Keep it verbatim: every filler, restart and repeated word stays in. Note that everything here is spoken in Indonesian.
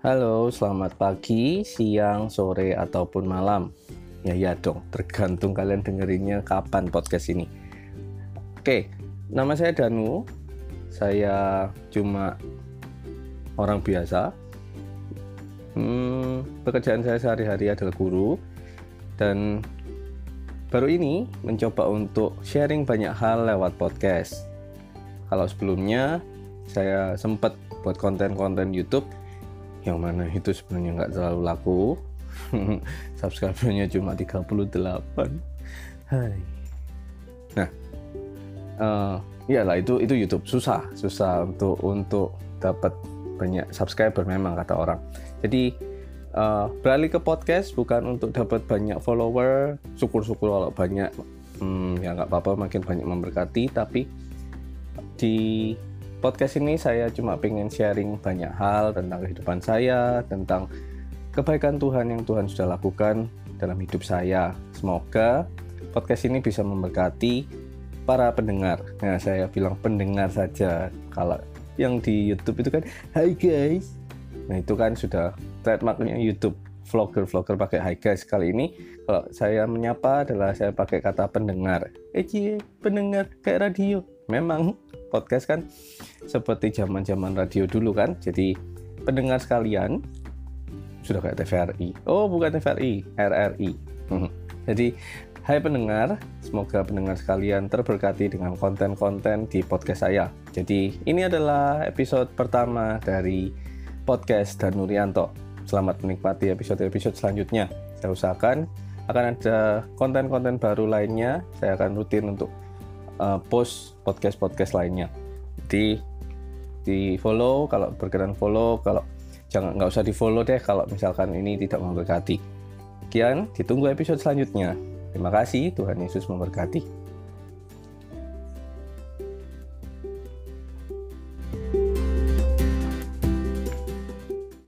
Halo, selamat pagi, siang, sore, ataupun malam. Ya ya dong, tergantung kalian dengerinnya kapan podcast ini. Oke, nama saya Danu. Saya cuma orang biasa. Hmm, pekerjaan saya sehari-hari adalah guru. Dan baru ini mencoba untuk sharing banyak hal lewat podcast. Kalau sebelumnya saya sempat buat konten-konten YouTube yang mana itu sebenarnya nggak terlalu laku. Subscribernya cuma tiga puluh delapan. Hai. Nah, uh, iyalah itu itu YouTube susah, susah untuk untuk dapat banyak subscriber memang kata orang. Jadi uh, beralih ke podcast bukan untuk dapat banyak follower. Syukur-syukur kalau banyak, hmm, ya nggak apa-apa, makin banyak memberkati. Tapi di podcast ini saya cuma pengen sharing banyak hal tentang kehidupan saya, tentang kebaikan Tuhan yang Tuhan sudah lakukan dalam hidup saya. Semoga podcast ini bisa memberkati para pendengar. Nah, saya bilang pendengar saja. Kalau yang di YouTube itu kan, "Hai guys." Nah, itu kan sudah trademarknya YouTube. Vlogger-vlogger pakai "Hai guys." Kali ini kalau saya menyapa adalah saya pakai kata pendengar. Eh, cie, pendengar kayak radio. Memang podcast kan seperti zaman-zaman radio dulu kan. Jadi pendengar sekalian, sudah kayak T V R I. Oh, bukan T V R I, R R I. Jadi hai pendengar, semoga pendengar sekalian terberkati dengan konten-konten di podcast saya. Jadi ini adalah episode pertama dari podcast Danu Rianto. Selamat menikmati episode-episode selanjutnya. Saya usahakan akan ada konten-konten baru lainnya. Saya akan rutin untuk uh, post podcast-podcast lainnya. Di di follow kalau berkenan follow, kalau jangan nggak usah di follow deh kalau misalkan ini tidak memberkati. Sekian, ditunggu episode selanjutnya. Terima kasih, Tuhan Yesus memberkati.